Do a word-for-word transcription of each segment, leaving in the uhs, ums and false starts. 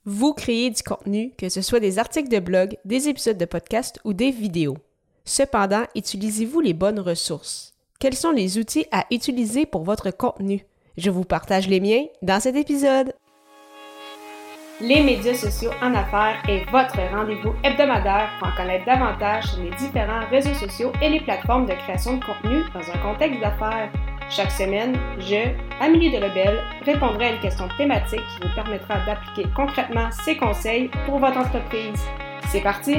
Vous créez du contenu, que ce soit des articles de blog, des épisodes de podcast ou des vidéos. Cependant, utilisez-vous les bonnes ressources? Quels sont les outils à utiliser pour votre contenu? Je vous partage les miens dans cet épisode. Les médias sociaux en affaires est votre rendez-vous hebdomadaire pour en connaître davantage sur les différents réseaux sociaux et les plateformes de création de contenu dans un contexte d'affaires. Chaque semaine, je, Amélie Delobel, répondrai à une question thématique qui vous permettra d'appliquer concrètement ces conseils pour votre entreprise. C'est parti!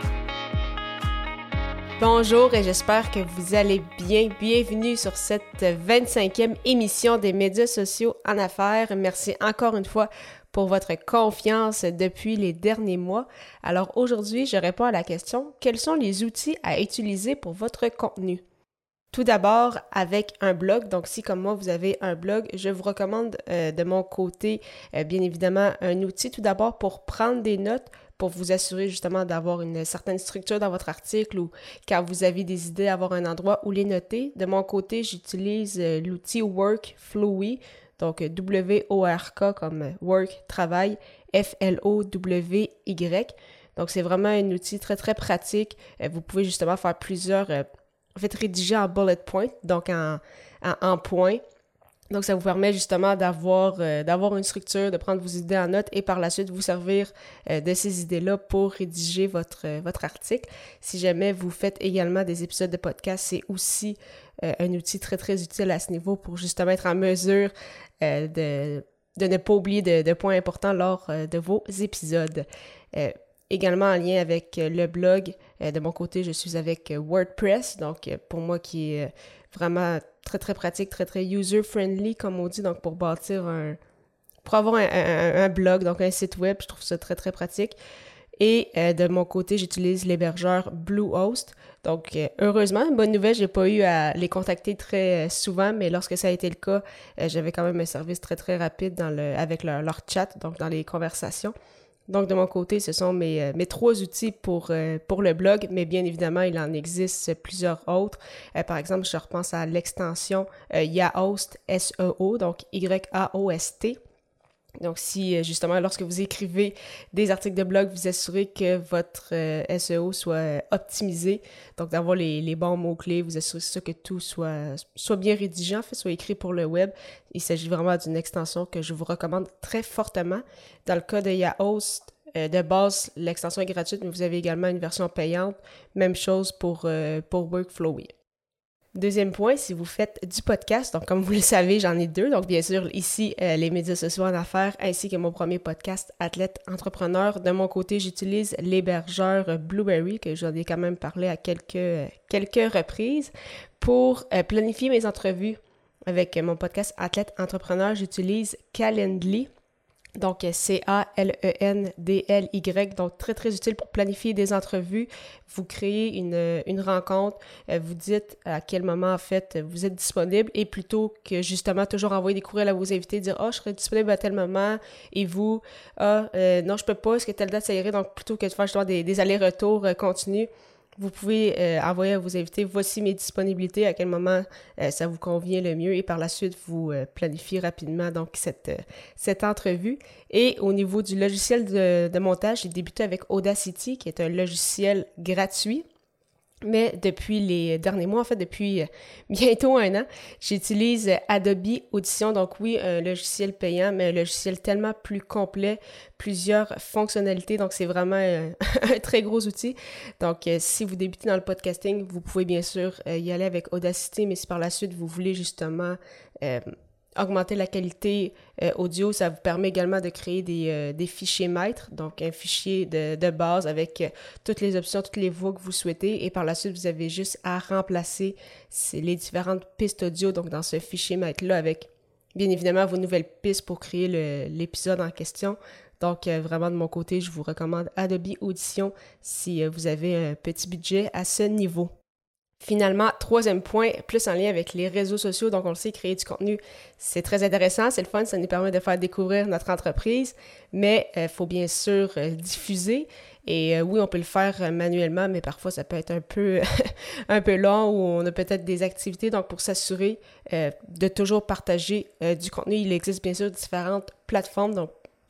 Bonjour et j'espère que vous allez bien. Bienvenue sur cette vingt-cinquième émission des médias sociaux en affaires. Merci encore une fois pour votre confiance depuis les derniers mois. Alors aujourd'hui, je réponds à la question « Quels sont les outils à utiliser pour votre contenu? » Tout d'abord, avec un blog. Donc, si comme moi, vous avez un blog, je vous recommande euh, de mon côté, euh, bien évidemment, un outil tout d'abord pour prendre des notes, pour vous assurer justement d'avoir une certaine structure dans votre article ou quand vous avez des idées, avoir un endroit où les noter. De mon côté, j'utilise euh, l'outil Workflowy, donc W O R K comme Work, Travail, F L O W Y. Donc, c'est vraiment un outil très, très pratique. Euh, vous pouvez justement faire plusieurs... Euh, En fait, rédiger en bullet point, donc en, en, en points. Donc, ça vous permet justement d'avoir, euh, d'avoir une structure, de prendre vos idées en note et par la suite vous servir euh, de ces idées-là pour rédiger votre, euh, votre article. Si jamais vous faites également des épisodes de podcast, c'est aussi euh, un outil très, très utile à ce niveau pour justement être en mesure euh, de, de ne pas oublier de, de points importants lors euh, de vos épisodes. Euh, Également en lien avec le blog, de mon côté, je suis avec WordPress, donc pour moi qui est vraiment très très pratique, très très user-friendly comme on dit, donc pour bâtir un, pour avoir un, un, un blog, donc un site web, je trouve ça très très pratique. Et euh, de mon côté, j'utilise l'hébergeur Bluehost. Donc, euh, heureusement, bonne nouvelle, j'ai pas eu à les contacter très euh, souvent, mais lorsque ça a été le cas, euh, j'avais quand même un service très très rapide dans le, avec leur, leur chat, donc dans les conversations. Donc, de mon côté, ce sont mes, mes trois outils pour, euh, pour le blog, mais bien évidemment, il en existe plusieurs autres. Euh, par exemple, je repense à l'extension euh, Yahost, S E O, donc Y A O S T. Donc, si justement, lorsque vous écrivez des articles de blog, vous assurez que votre euh, S E O soit optimisé, donc d'avoir les, les bons mots-clés, vous assurez ça que tout soit, soit bien rédigé, en fait, soit écrit pour le web. Il s'agit vraiment d'une extension que je vous recommande très fortement. Dans le cas de Yahost, euh, de base, l'extension est gratuite, mais vous avez également une version payante. Même chose pour, euh, pour Workflowy. Deuxième point, si vous faites du podcast, donc comme vous le savez, j'en ai deux. Donc bien sûr, ici, euh, les médias sociaux en affaires, ainsi que mon premier podcast, Athlète Entrepreneur. De mon côté, j'utilise l'hébergeur Blubrry, que j'en ai quand même parlé à quelques, euh, quelques reprises. Pour euh, planifier mes entrevues avec mon podcast Athlète Entrepreneur, j'utilise Calendly. Donc, C A L E N D L Y, donc très, très utile pour planifier des entrevues. Vous créez une, une rencontre, vous dites à quel moment, en fait, vous êtes disponible et plutôt que, justement, toujours envoyer des courriels à vos invités, dire « Ah, oh, je serai disponible à tel moment » et vous « Ah, euh, non, je peux pas, est-ce que telle date, ça irait? » Donc, plutôt que de faire justement des, des allers-retours euh, continus, vous pouvez euh, envoyer à vos invités « Voici mes disponibilités, à quel moment euh, ça vous convient le mieux » et par la suite, vous euh, planifiez rapidement donc cette, euh, cette entrevue. Et au niveau du logiciel de, de montage, j'ai débuté avec Audacity, qui est un logiciel gratuit. Mais depuis les derniers mois, en fait, depuis bientôt un an, j'utilise Adobe Audition. Donc oui, un logiciel payant, mais un logiciel tellement plus complet, plusieurs fonctionnalités. Donc c'est vraiment un, un très gros outil. Donc euh, si vous débutez dans le podcasting, vous pouvez bien sûr euh, y aller avec Audacity, mais si par la suite vous voulez justement... Euh, augmenter la qualité euh, audio, ça vous permet également de créer des, euh, des fichiers maîtres, donc un fichier de, de base avec euh, toutes les options, toutes les voix que vous souhaitez et par la suite, vous avez juste à remplacer les différentes pistes audio, donc dans ce fichier maître-là avec bien évidemment vos nouvelles pistes pour créer le, l'épisode en question. Donc euh, vraiment de mon côté, je vous recommande Adobe Audition si euh, vous avez un petit budget à ce niveau. Finalement, troisième point, plus en lien avec les réseaux sociaux, donc on le sait, créer du contenu, c'est très intéressant, c'est le fun, ça nous permet de faire découvrir notre entreprise, mais il euh, faut bien sûr euh, diffuser, et euh, oui, on peut le faire euh, manuellement, mais parfois ça peut être un peu, un peu long, ou on a peut-être des activités, donc pour s'assurer euh, de toujours partager euh, du contenu, il existe bien sûr différentes plateformes, donc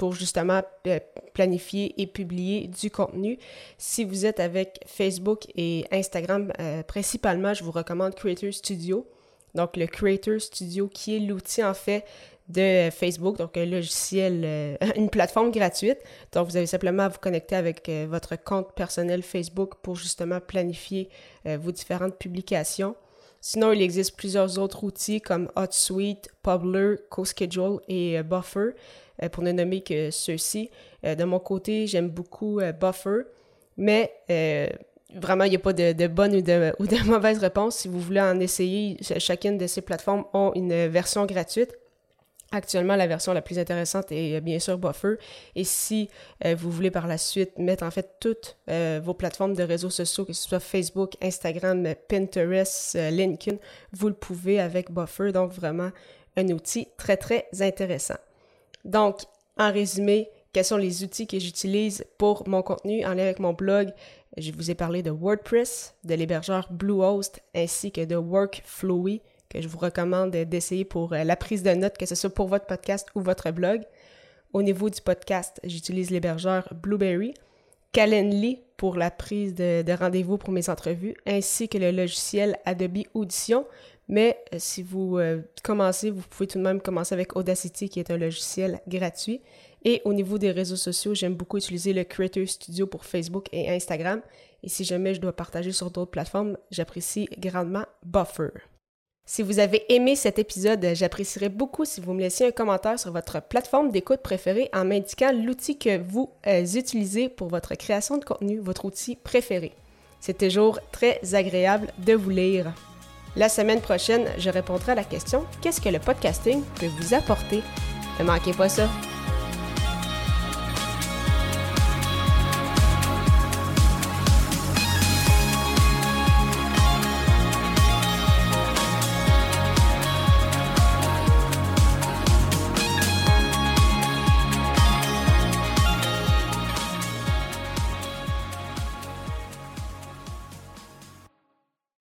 pour justement euh, planifier et publier du contenu. Si vous êtes avec Facebook et Instagram, euh, principalement, je vous recommande Creator Studio. Donc, le Creator Studio qui est l'outil, en fait, de Facebook, donc un logiciel, euh, une plateforme gratuite. Donc, vous avez simplement à vous connecter avec euh, votre compte personnel Facebook pour justement planifier euh, vos différentes publications. Sinon, il existe plusieurs autres outils comme HotSuite, Publer, CoSchedule et euh, Buffer, euh, pour ne nommer que ceux-ci. Euh, de mon côté, j'aime beaucoup euh, Buffer, mais euh, vraiment, il n'y a pas de, de bonne ou de, ou de mauvaise réponse. Si vous voulez en essayer, chacune de ces plateformes ont une version gratuite. Actuellement, la version la plus intéressante est bien sûr Buffer. Et si euh, vous voulez par la suite mettre en fait toutes euh, vos plateformes de réseaux sociaux, que ce soit Facebook, Instagram, Pinterest, euh, LinkedIn, vous le pouvez avec Buffer. Donc vraiment un outil très très intéressant. Donc, en résumé, quels sont les outils que j'utilise pour mon contenu en lien avec mon blog? Je vous ai parlé de WordPress, de l'hébergeur Bluehost ainsi que de Workflowy, que je vous recommande d'essayer pour la prise de notes, que ce soit pour votre podcast ou votre blog. Au niveau du podcast, j'utilise l'hébergeur Blueberry, Calendly pour la prise de, de rendez-vous pour mes entrevues, ainsi que le logiciel Adobe Audition. Mais euh, si vous euh, commencez, vous pouvez tout de même commencer avec Audacity, qui est un logiciel gratuit. Et au niveau des réseaux sociaux, j'aime beaucoup utiliser le Creator Studio pour Facebook et Instagram. Et si jamais je dois partager sur d'autres plateformes, j'apprécie grandement Buffer. Si vous avez aimé cet épisode, j'apprécierais beaucoup si vous me laissiez un commentaire sur votre plateforme d'écoute préférée en m'indiquant l'outil que vous euh, utilisez pour votre création de contenu, votre outil préféré. C'est toujours très agréable de vous lire. La semaine prochaine, je répondrai à la question « Qu'est-ce que le podcasting peut vous apporter ?» Ne manquez pas ça!